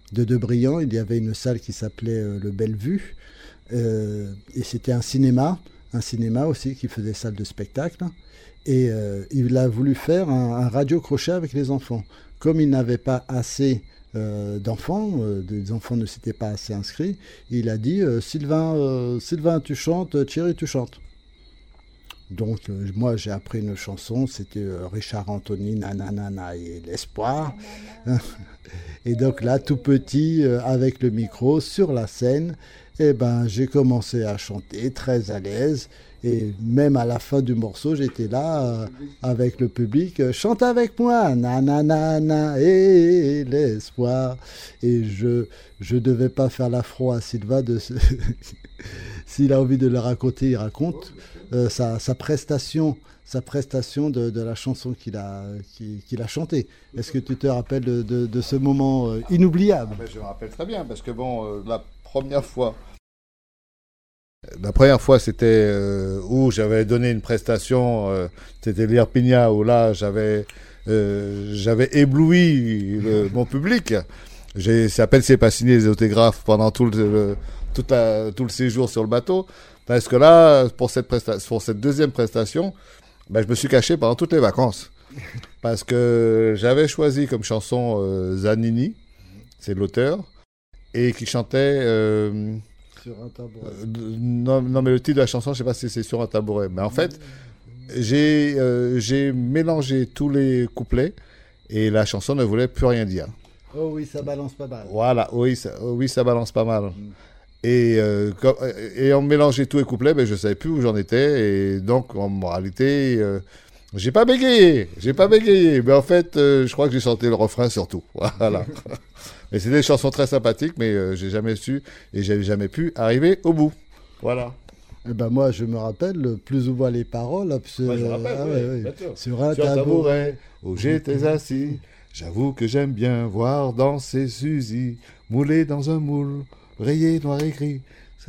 [SPEAKER 2] de Debriand, il y avait une salle qui s'appelait euh, le Bellevue, euh, et c'était un cinéma, un cinéma aussi qui faisait salle de spectacle, et euh, il a voulu faire un, un radio-crochet avec les enfants. Comme il n'avait pas assez euh, d'enfants, euh, des enfants ne s'étaient pas assez inscrits, il a dit euh, Sylvain, euh, Sylvain, tu chantes, Thierry, tu chantes. Donc euh, moi j'ai appris une chanson, c'était euh, Richard Anthony, Nananana et l'Espoir. Et donc là, tout petit, euh, avec le micro sur la scène, eh ben, j'ai commencé à chanter très à l'aise. Et même à la fin du morceau, j'étais là euh, avec le public, euh, chante avec moi, nananana et l'espoir. Et je je devais pas faire l'affront à Sylvain de ce... S'il a envie de le raconter, il raconte euh, sa, sa prestation, sa prestation de, de la chanson qu'il a, qu'il, qu'il a chantée. Est-ce que tu te rappelles de, de, de ce moment euh, inoubliable?
[SPEAKER 11] Ah ben, je me rappelle très bien, parce que bon, euh, la première fois, la première fois c'était euh, où j'avais donné une prestation, euh, c'était l'Irpinia, où là j'avais, euh, j'avais ébloui le, mon public. J'ai, ça s'appelle C'est pas signé les autographes pendant tout le, le Tout, la, tout le séjour sur le bateau, parce que là, pour cette, presta- pour cette deuxième prestation, ben, je me suis caché pendant toutes les vacances, parce que j'avais choisi comme chanson euh, Zanini, c'est l'auteur, et qui chantait... Euh,
[SPEAKER 2] sur un tabouret.
[SPEAKER 11] Euh, non, non, mais le titre de la chanson, je ne sais pas si c'est sur un tabouret, mais en fait, j'ai, euh, j'ai mélangé tous les couplets, et la chanson ne voulait plus rien dire.
[SPEAKER 2] Oh oui, ça balance pas mal.
[SPEAKER 11] Voilà, oui, ça, oui, ça balance pas mal. Mm. Et, euh, comme, et en mélangeant tous les couplets, ben, je ne savais plus où j'en étais. Et donc, en moralité, euh, j'ai pas bégayé. J'ai pas bégayé. Mais en fait, euh, je crois que j'ai chanté le refrain surtout. Voilà. Mais c'était des chansons très sympathiques, mais euh, j'ai jamais su et j'ai jamais pu arriver au bout. Voilà.
[SPEAKER 2] Eh ben moi, je me rappelle plus ou moins les paroles. Là, parce,
[SPEAKER 11] Moi, je me rappelle,
[SPEAKER 2] ah,
[SPEAKER 11] oui,
[SPEAKER 2] ouais, ouais.
[SPEAKER 11] Sur un tabouret, tabouret où j'étais assis, j'avoue que j'aime bien voir danser Suzy, moulée dans un moule. Rayé, noir et gris. Ça,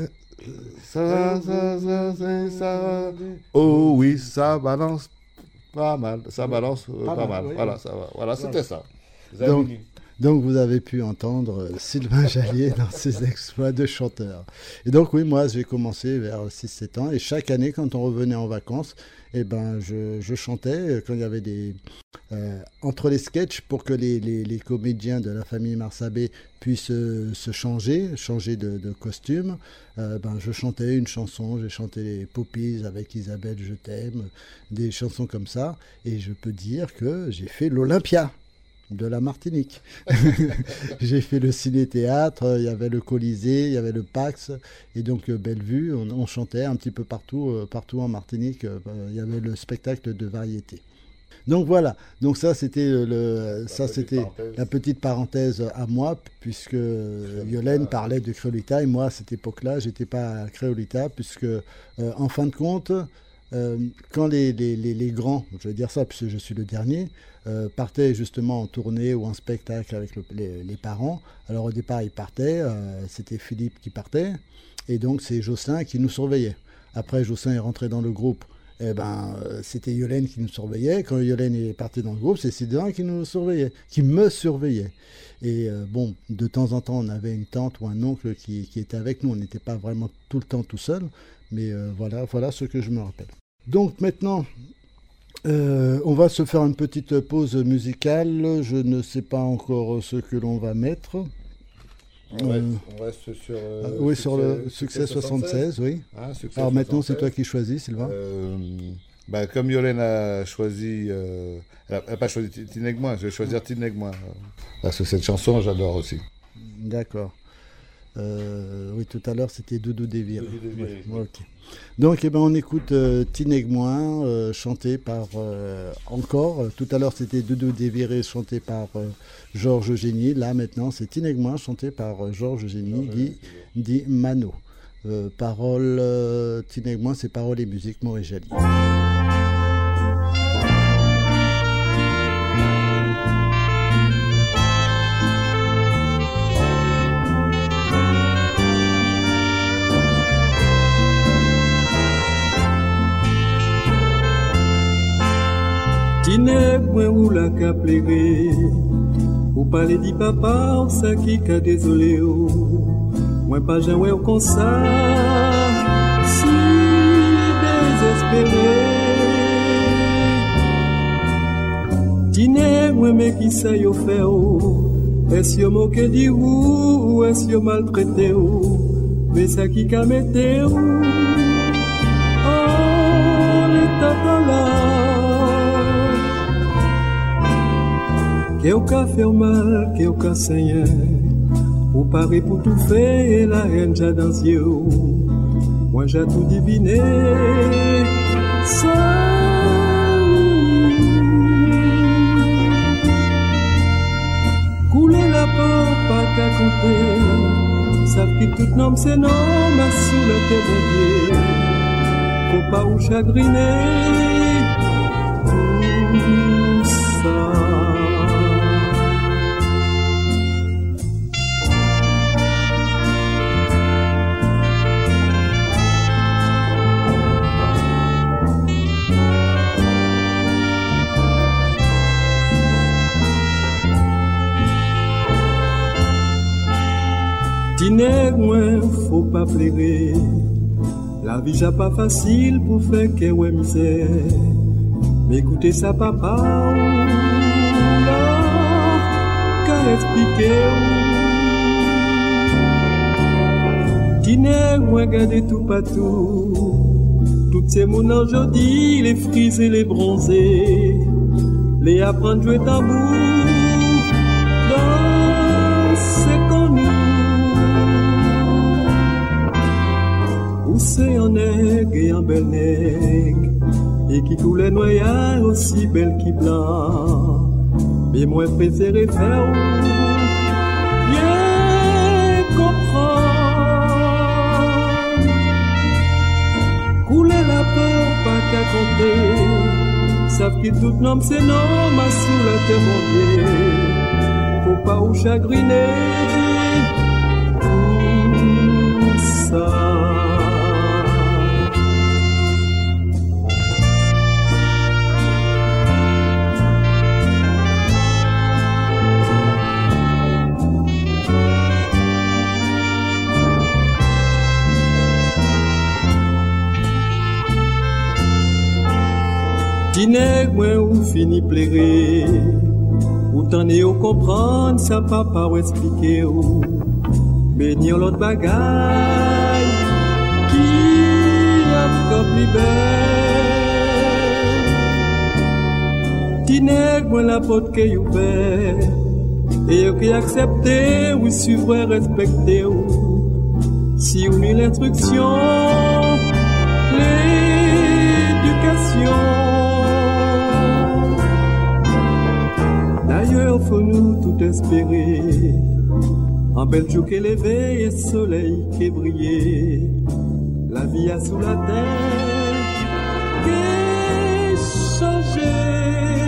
[SPEAKER 11] ça, ça, ça, ça, ça. Oh oui, ça balance pas mal. Ça balance euh, pas, pas mal. mal. Oui. Voilà, ça va. Voilà, c'était ça.
[SPEAKER 2] Donc, donc, vous avez pu entendre Sylvain Jallier dans ses exploits de chanteur. Et donc, oui, moi, j'ai commencé vers six sept ans. Et chaque année, quand on revenait en vacances, eh ben, je, je chantais quand il y avait des... Euh, entre les sketchs, pour que les, les, les comédiens de la famille Marsabé puissent euh, se changer, changer de, de costume, euh, ben, je chantais une chanson, j'ai chanté les Poppies avec Isabelle Je t'aime, des chansons comme ça, et je peux dire que j'ai fait l'Olympia de la Martinique. J'ai fait le ciné-théâtre, il y avait le Colisée, il y avait le Pax, et donc euh, Bellevue, on, on chantait un petit peu partout, euh, partout en Martinique, euh, il y avait le spectacle de variété. Donc voilà, donc ça c'était le, la ça c'était parenthèse. La petite parenthèse à moi, puisque Créolita. Yolène parlait de Créolita, et moi à cette époque-là, j'étais pas à Créolita, puisque euh, en fin de compte, euh, quand les, les, les, les grands, je vais dire ça puisque je suis le dernier, euh, partaient justement en tournée ou en spectacle avec le, les, les parents, alors au départ ils partaient, euh, c'était Philippe qui partait, et donc c'est Jocelyn qui nous surveillait. Après Jocelyn est rentré dans le groupe. Eh ben, euh, c'était Yolène qui nous surveillait. Quand Yolène est partie dans le groupe, c'est Sylvain qui nous surveillait, qui me surveillait. Et euh, bon, de temps en temps, on avait une tante ou un oncle qui, qui était avec nous. On n'était pas vraiment tout le temps tout seul, mais euh, voilà, voilà ce que je me rappelle. Donc maintenant, euh, on va se faire une petite pause musicale. Je ne sais pas encore ce que l'on va mettre.
[SPEAKER 11] On, reste, on reste sur, euh,
[SPEAKER 2] ah, oui, succès, sur le succès soixante-seize, oui. Ah, succès Alors maintenant, soixante-seize. C'est toi qui choisis, Sylvain.
[SPEAKER 11] Euh, bah, comme Yolène a choisi, euh, elle n'a pas choisi Tinegmoin, je vais choisir Tinegmoin. Parce que cette chanson, j'adore aussi.
[SPEAKER 2] D'accord. Euh, oui, tout à l'heure, c'était Doudou Déviré. Oui, oui. Okay. Donc, eh ben, on écoute euh, Tinegmoin, euh, chanté par, euh, encore, euh, tout à l'heure, c'était Doudou Déviré, chanté par euh, Georges Génie. Là, maintenant, c'est Tinegmoin, chanté par euh, Georges Génie, dit, dit Mano. Euh, paroles, euh, Tinegmoin, c'est paroles et musique, Maurice Jallier.
[SPEAKER 8] Tinegmoin ou la ka plege, Ou parler dit papa, ou ça qui qu'a désolé ou. Moi pas jamais au comme ça. Si désespéré. Dîner, moi mais qui ça y fait ou. Est-ce yo moqué di ou, ou est-ce yo maltraité ou. Mais ça qui qu'a metté ou. Oh, les tatas que au cas fait mal, que au cas saigne, ou pari pour tout faire et la haine j'ai dans les yeux. Moi j'ai tout deviné, ça. Couler la porte, pas qu'à compter, savent que tout nom c'est non, ma sous le témoigner, faut pas ou chagriner, tout ça. Dîner, moins, faut pas plairer. La vie n'est pas facile pour faire que ouais misère. Mais écoutez ça, papa, là, qu'à expliquer. Dîner, moins, gardez tout partout. Toutes ces mounes aujourd'hui, les frisés, les bronzés, les apprendre jouer tambour. Dans ce qu'on nous. C'est un nègre et un bel nègre, et qui tous les noyades aussi belle qui blanc. Mais moi préféré faire bien comprendre. Couler la peur, pas qu'à compter, savent que tout l'homme c'est non, ma sous la témoigner. Faut pas ou chagriner, tout ça. Dîner, moi, ou fini plairer, ou t'en est au comprendre, ça papa ou expliquer, ou bénir l'autre bagaille, qui a encore plus belle. Dîner, moi, la porte que you fait, et qui accepter, ou suivre, respecter, ou si ou mis l'instruction, l'éducation. D'ailleurs, faut nous tout espérer. Un bel jour qui est levé et soleil qui est brillé. La vie a sous la terre qui est changée.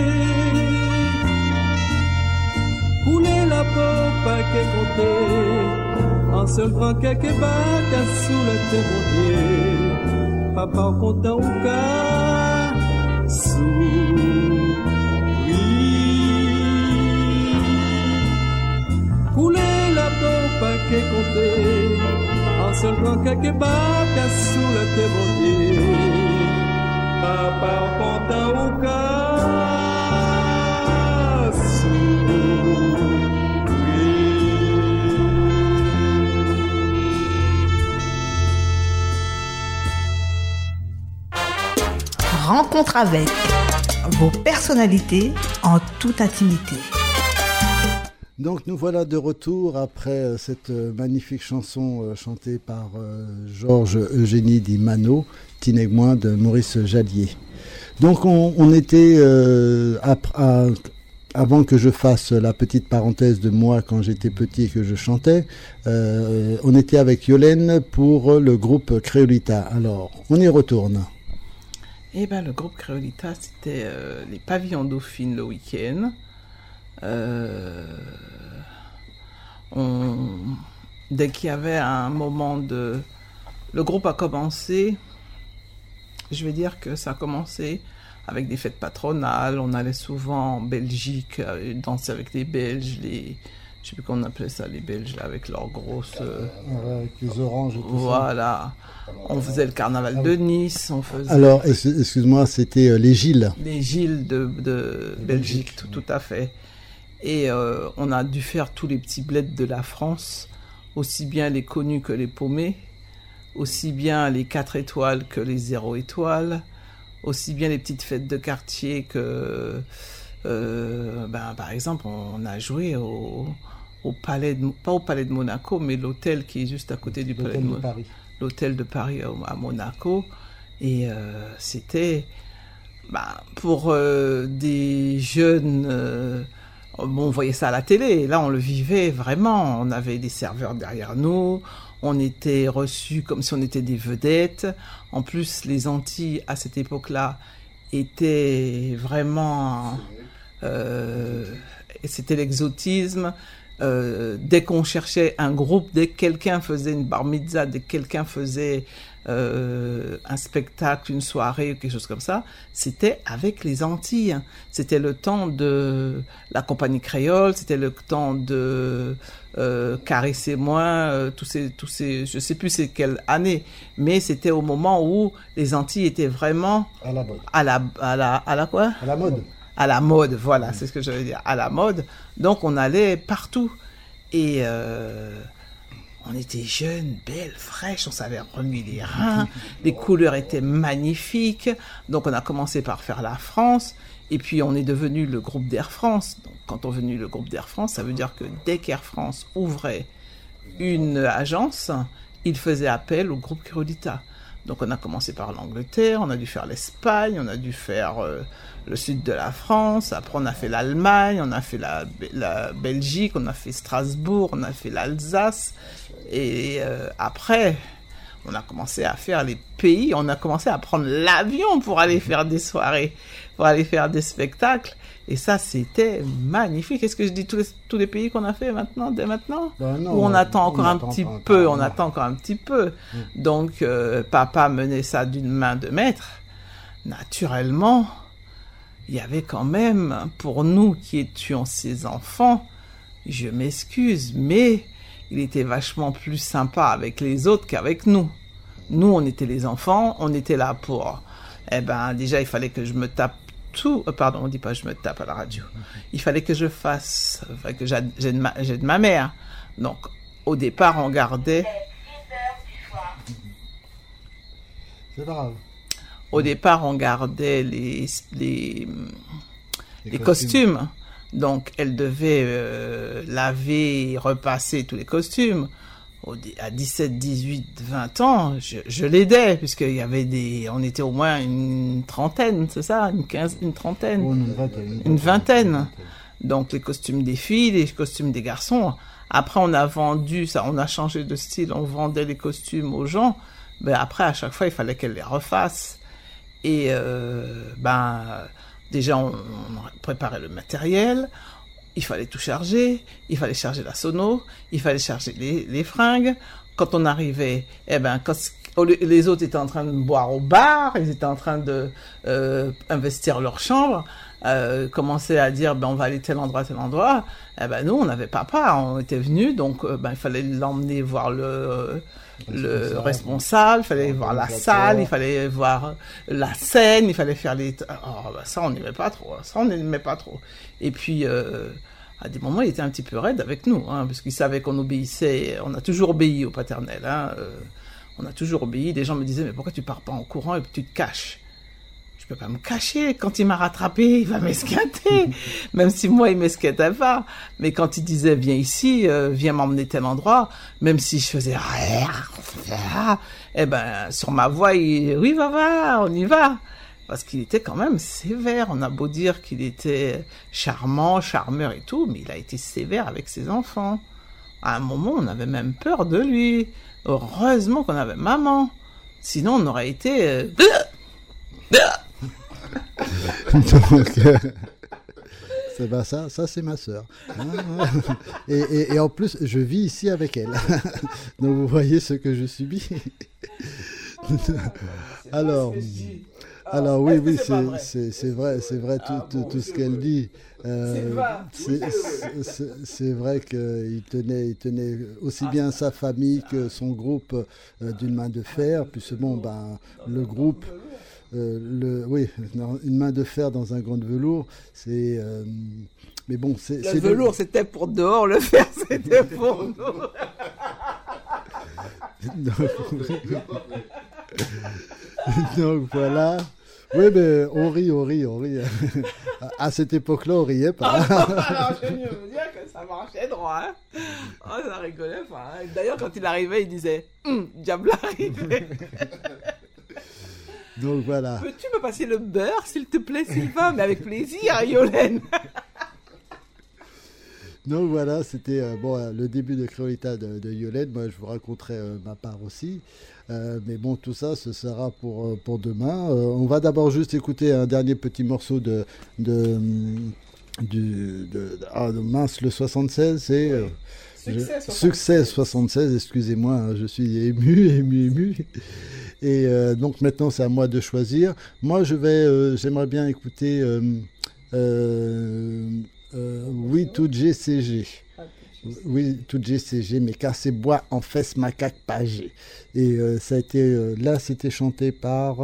[SPEAKER 8] Couler la peau, pas qu'est compter. Un seul grand quelque bac sous le témoigner. Papa content ou cas sous. Couler la peau, pas qu'est compter, en seul grand quelque part, qu'à sous le témoigner. Papa content ou cas
[SPEAKER 1] Rencontre avec vos personnalités en toute intimité.
[SPEAKER 2] Donc nous voilà de retour après cette magnifique chanson chantée par Georges Eugénie Di Mano, Tinegmoin de Maurice Jallier. Donc on, on était, euh, à, à, avant que je fasse la petite parenthèse de moi quand j'étais petit et que je chantais, euh, on était avec Yolène pour le groupe Créolita. Alors on y retourne.
[SPEAKER 10] Eh ben le groupe Créolita, c'était euh, les pavillons Dauphine le week-end. Euh, on, dès qu'il y avait un moment de... Le groupe a commencé, je vais dire que ça a commencé avec des fêtes patronales. On allait souvent en Belgique euh, danser avec les Belges, les... je sais plus comment on appelait ça, les Belges, là, avec leurs grosses... Euh...
[SPEAKER 2] Ouais, avec les oranges et tout
[SPEAKER 10] voilà. Ça. On faisait le carnaval ah, de Nice, on faisait...
[SPEAKER 2] Alors, excuse-moi, c'était euh, les Gilles.
[SPEAKER 10] Les Gilles de, de Belgique, Belgique, tout, tout à fait. Et euh, on a dû faire tous les petits bleds de la France, aussi bien les connus que les paumés, aussi bien les quatre étoiles que les zéro étoiles, aussi bien les petites fêtes de quartier que... Euh, ben, par exemple, on a joué au, au palais, de, pas au palais de Monaco, mais l'hôtel qui est juste à côté du palais de, de Paris. L'hôtel de Paris à Monaco. Et euh, c'était... Ben, pour euh, des jeunes... Euh, Bon, on voyait ça à la télé, là on le vivait vraiment, on avait des serveurs derrière nous, on était reçus comme si on était des vedettes. En plus, les Antilles, à cette époque-là, étaient vraiment... Euh, c'était l'exotisme. Euh, dès qu'on cherchait un groupe, dès que quelqu'un faisait une bar mitzvah, dès que quelqu'un faisait euh, un spectacle, une soirée ou quelque chose comme ça, c'était avec les Antilles. C'était le temps de la compagnie créole, c'était le temps de euh, Caressez-moi, euh, tous ces, tous ces, je sais plus c'est quelle année, mais c'était au moment où les Antilles étaient vraiment
[SPEAKER 2] à la mode.
[SPEAKER 10] À la, à la, à la quoi ?
[SPEAKER 2] À la mode.
[SPEAKER 10] À la mode, voilà, c'est ce que je veux dire, à la mode. Donc, on allait partout. Et euh, on était jeunes, belles, fraîches, on savait remuer les reins, les couleurs étaient magnifiques. Donc, on a commencé par faire la France. Et puis, on est devenu le groupe d'Air France. Donc, quand on est devenu le groupe d'Air France, ça veut dire que dès qu'Air France ouvrait une agence, il faisait appel au groupe Créolita. Donc, on a commencé par l'Angleterre, on a dû faire l'Espagne, on a dû faire euh, le sud de la France. Après, on a fait l'Allemagne, on a fait la, la Belgique, on a fait Strasbourg, on a fait l'Alsace. Et euh, après, on a commencé à faire les pays, on a commencé à prendre l'avion pour aller faire des soirées, pour aller faire des spectacles. Et ça, c'était magnifique. Est-ce que je dis tous les, tous les pays qu'on a fait maintenant, dès maintenant ben non, Ou on, on attend encore on un attend, petit attend, peu, attend, on non. attend encore un petit peu. Mmh. Donc, euh, papa menait ça d'une main de maître. Naturellement, il y avait quand même, pour nous qui étions ses enfants, je m'excuse, mais il était vachement plus sympa avec les autres qu'avec nous. Nous, on était les enfants, on était là pour... Eh ben, déjà, il fallait que je me tape tout... Euh, pardon, on dit pas je me tape à la radio. Il fallait que je fasse... Enfin, que j'ai de, ma, j'ai de ma mère. Donc, au départ, on gardait...
[SPEAKER 2] C'est grave.
[SPEAKER 10] Au départ, on gardait les, les, les, les costumes. costumes. Donc, elle devait euh, laver, repasser tous les costumes. Au, à dix-sept, dix-huit, vingt ans, je, je l'aidais, puisqu'il y avait des... On était au moins une trentaine, c'est ça ? Une quinze, une trentaine.
[SPEAKER 2] Oh, une vingtaine.
[SPEAKER 10] Une vingtaine. Donc, les costumes des filles, les costumes des garçons. Après, on a vendu ça, on a changé de style, on vendait les costumes aux gens. Ben, après, à chaque fois, il fallait qu'elle les refasse. Et, euh, ben... Déjà, on, on préparait le matériel, il fallait tout charger, il fallait charger la sono, il fallait charger les, les fringues. Quand on arrivait, eh ben, quand les autres étaient en train de boire au bar, ils étaient en train de euh, investir leur chambre, euh, commencer à dire ben on va aller tel endroit, tel endroit. Eh ben nous, on n'avait papa, on était venus, donc euh, ben il fallait l'emmener voir le le responsable, il fallait voir la salle, il fallait voir la scène, il fallait faire les... Oh, ben ça, on n'aimait pas trop, ça, on n'aimait pas trop. Et puis, euh, à des moments, il était un petit peu raide avec nous, hein, parce qu'il savait qu'on obéissait, on a toujours obéi au paternel, hein, euh, on a toujours obéi. Des gens me disaient, mais pourquoi tu pars pas en courant et tu te caches ? Je peux pas me cacher. Quand il m'a rattrapé, il va m'esquinter. Même si moi, il m'esquintait pas. Mais quand il disait, viens ici, euh, viens m'emmener tel endroit, même si je faisais, eh ben, sur ma voix, il, oui, va, va, on y va. Parce qu'il était quand même sévère. On a beau dire qu'il était charmant, charmeur et tout, mais il a été sévère avec ses enfants. À un moment, on avait même peur de lui. Heureusement qu'on avait maman. Sinon, on aurait été... Euh...
[SPEAKER 2] Donc, euh, c'est bah ça, ça c'est ma sœur. Et, et, et en plus, je vis ici avec elle. Donc vous voyez ce que je subis. Alors, Alors oui, oui, c'est, c'est, c'est vrai, c'est vrai tout, tout, tout ce qu'elle dit. Euh, c'est, c'est, c'est vrai qu'il tenait, il tenait aussi bien sa famille que son groupe euh, d'une main de fer. Puis bon, ben, le groupe, euh, le, oui, une main de fer dans un gant de velours, c'est... Euh, mais bon, c'est...
[SPEAKER 10] Le
[SPEAKER 2] c'est
[SPEAKER 10] velours, le... c'était pour dehors, le fer, c'était pour nous.
[SPEAKER 2] donc, donc voilà. Oui, mais on rit, on rit, on rit. À cette époque-là, on riait pas.
[SPEAKER 10] Alors, je veux dire que ça marchait droit. Hein. Oh, ça rigolait pas. Hein. D'ailleurs, quand il arrivait, il disait hum, diable arrivé.
[SPEAKER 2] Donc voilà.
[SPEAKER 10] Peux-tu me passer le beurre, s'il te plaît, Sylvain? Mais avec plaisir, Yolène.
[SPEAKER 2] Donc voilà, c'était euh, bon, euh, le début de Créolita de, de Yolène. Moi, je vous raconterai euh, ma part aussi. Euh, mais bon, tout ça, ce sera pour, euh, pour demain. Euh, on va d'abord juste écouter un dernier petit morceau de, de, du, de, ah, de mince, le soixante-seize. C'est euh,
[SPEAKER 10] Succès,
[SPEAKER 2] je,
[SPEAKER 10] soixante-seize.
[SPEAKER 2] Succès soixante-seize, excusez-moi, hein, je suis ému, ému, ému. Et euh, donc maintenant, c'est à moi de choisir. Moi, je vais, euh, j'aimerais bien écouter euh, euh, euh, Oui, tout G C G. Oui, tout G C G, mais cassé bois en fesse macaque pagé. Et euh, ça a été, euh, là, c'était chanté par,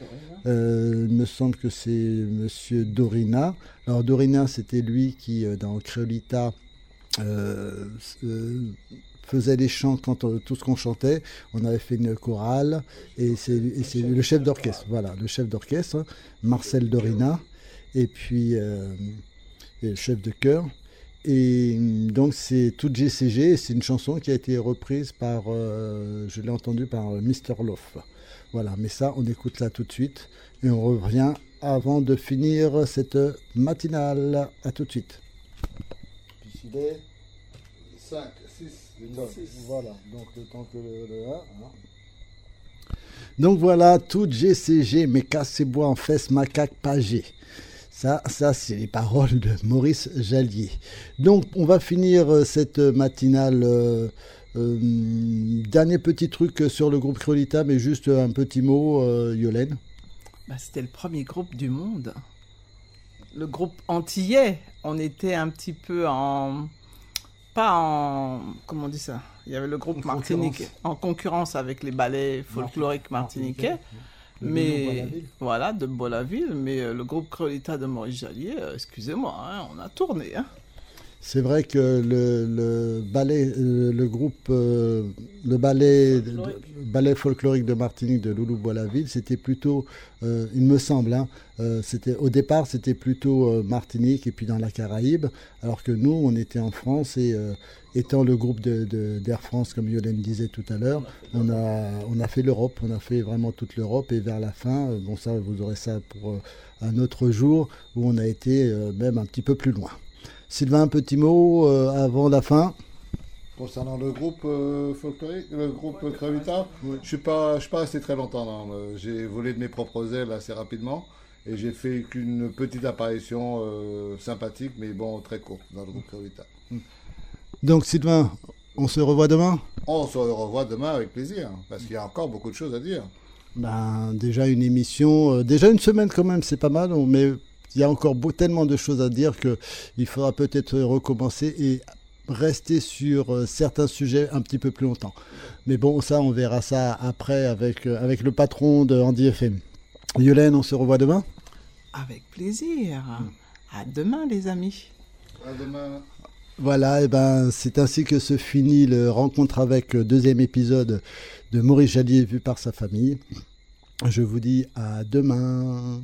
[SPEAKER 2] euh, il me semble que c'est Monsieur Dorina. Alors Dorina, c'était lui qui, euh, dans Créolita, euh, euh, faisait les chants quand on, tout ce qu'on chantait. On avait fait une chorale et c'est, et c'est le chef d'orchestre. Voilà, le chef d'orchestre, Marcel Dorina, et puis euh, et le chef de chœur. Et donc c'est tout G C G, et c'est une chanson qui a été reprise par, euh, je l'ai entendue par Mister Love. Voilà, mais ça, on écoute là tout de suite et on revient avant de finir cette matinale. À tout de suite. Puis il est cinq, six, voilà, donc le temps que le, le un, hein. Donc voilà, tout G C G, mais cassez bois en fesses macaque pagé. Ça, ça, c'est les paroles de Maurice Jallier. Donc, on va finir cette matinale. Euh, euh, dernier petit truc sur le groupe Créolita, mais juste un petit mot, euh, Yolène.
[SPEAKER 10] Bah, c'était le premier groupe du monde. Le groupe antillais. On était un petit peu en... Pas en... Comment on dit ça? Il y avait le groupe Martinique en concurrence avec les ballets folkloriques martiniquais. Mais voilà, de Bolaville, mais euh, le groupe Créolita de Maurice Jallier, euh, excusez-moi, hein, on a tourné. Hein.
[SPEAKER 2] C'est vrai que le, le ballet, euh, le groupe, euh, le ballet, folklorique. ballet folklorique de Martinique de Loulou Bolaville, c'était plutôt, euh, il me semble, hein, euh, c'était, au départ c'était plutôt euh, Martinique et puis dans la Caraïbe, alors que nous on était en France et euh, étant le groupe de, de, d'Air France, comme Yolène disait tout à l'heure, on a, on a fait l'Europe, on a fait vraiment toute l'Europe et vers la fin, euh, bon ça vous aurez ça pour euh, un autre jour où on a été euh, même un petit peu plus loin. Sylvain, un petit mot euh, avant la fin.
[SPEAKER 11] Concernant le groupe euh, folklorique, le groupe ouais, Créolita, ouais. je ne suis pas, je suis pas resté très longtemps. Non. J'ai volé de mes propres ailes assez rapidement et j'ai fait qu'une petite apparition euh, sympathique, mais bon, très courte dans le groupe Créolita.
[SPEAKER 2] Donc Sylvain, on se revoit demain ?
[SPEAKER 11] On se revoit demain avec plaisir, parce qu'il y a encore beaucoup de choses à dire.
[SPEAKER 2] Ben, déjà une émission, euh, déjà une semaine quand même, c'est pas mal, mais... Il y a encore beau, tellement de choses à dire qu'il faudra peut-être recommencer et rester sur euh, certains sujets un petit peu plus longtemps. Mais bon, ça, on verra ça après avec, euh, avec le patron de Andy F M. Yolène, on se revoit demain ?
[SPEAKER 10] Avec plaisir. À demain, les amis.
[SPEAKER 11] À demain.
[SPEAKER 2] Voilà, et ben, c'est ainsi que se finit le rencontre avec le deuxième épisode de Maurice Jallier vu par sa famille. Je vous dis à demain.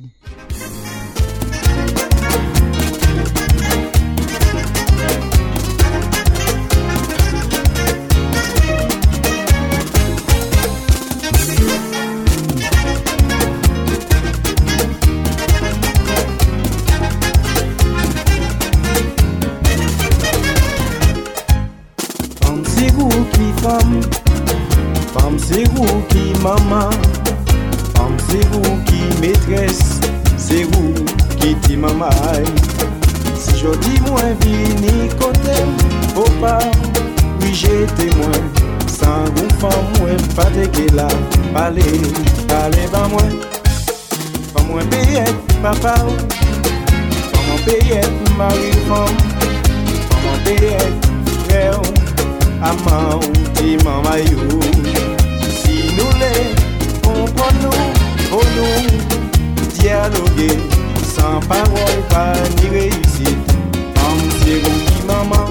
[SPEAKER 13] Femme, femme c'est vous qui maman, femme c'est vous qui maîtresse, c'est vous qui dit maman. Si je dis moi vini côté, faut pas, oui j'ai témoin, sans vous femme moi pas de là, parler, parler pas moi. Comme un pays papa, comme un pays mari femme, comme un pays frère, amant et maman yo. Si nous les comprenons, pour nous dialoguer, sans parole pas ni réussite, comme c'est vous qui maman.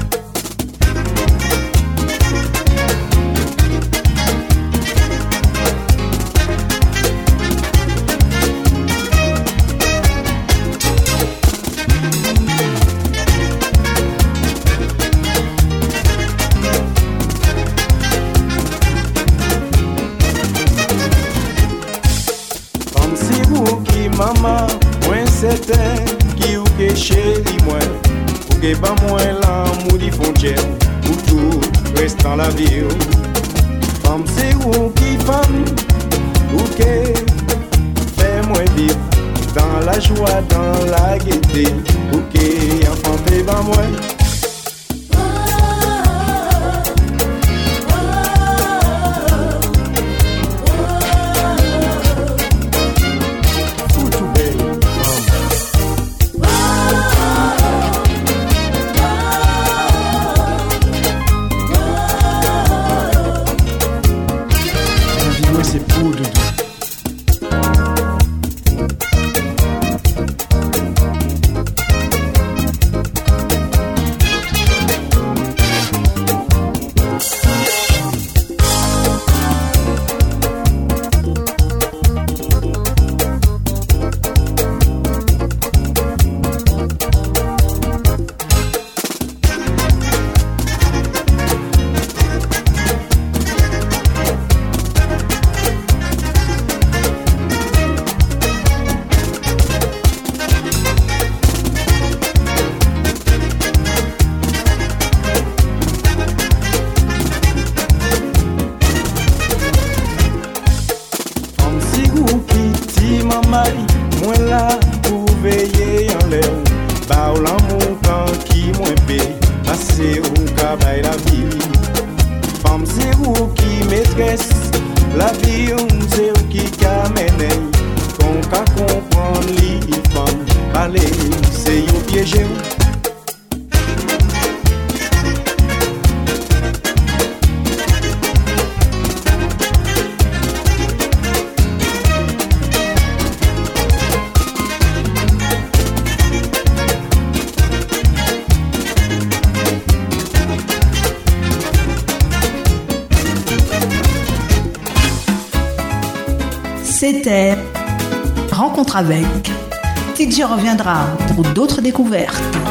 [SPEAKER 8] Maman, moi certain qui ou que chéri moi, ou que pas moi l'amour di frontière, ou tout reste dans la vie. Femme c'est ou qui femme, ou que fait moi vivre dans la joie, dans la gaieté, ou que enfant fait pas moi.
[SPEAKER 1] C'était Rencontre avec. Tidji reviendra pour d'autres découvertes.